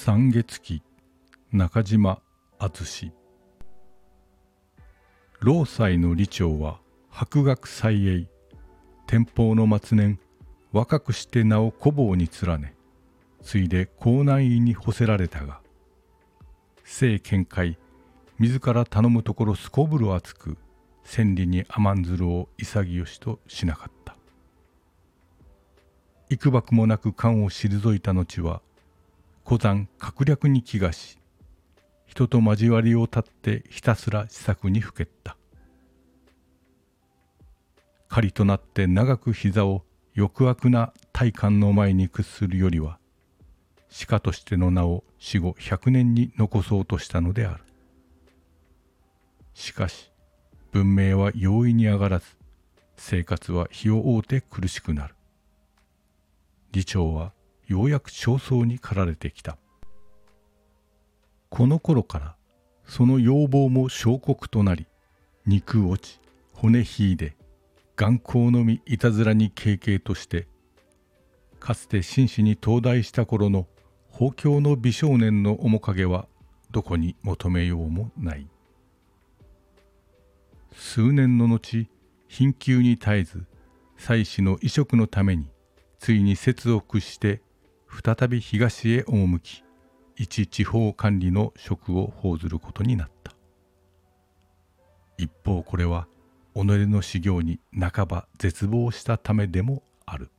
三月期中島敦。老妻の李長は博学才英、天保の末年、若くして名を古坊に連ね、ついで江南院に干せられたが、政見解、自ら頼むところすこぶる厚く、千里に甘んずるを潔しとしなかった。幾幕もなく官を退いた後は、古山閣略に気がし、人と交わりを絶ってひたすら思索にふけった。狩りとなって長く膝を抑悪な大官の前に屈するよりは、士家としての名を死後100年に残そうとしたのである。しかし、文明は容易に上がらず、生活は日を追うて苦しくなる。李長はようやく焦燥に駆られてきた。この頃からその要望も小国となり、肉落ち、骨ひいで、眼光のみいたずらに軽々として、かつて紳士に東大した頃の豊教の美少年の面影はどこに求めようもない。数年の後、貧窮に絶えず、妻子の移植のために、ついに節を屈して再び東へ赴き、一地方管理の職を奉ずることになった。一方これは己の修行に半ば絶望したためでもある。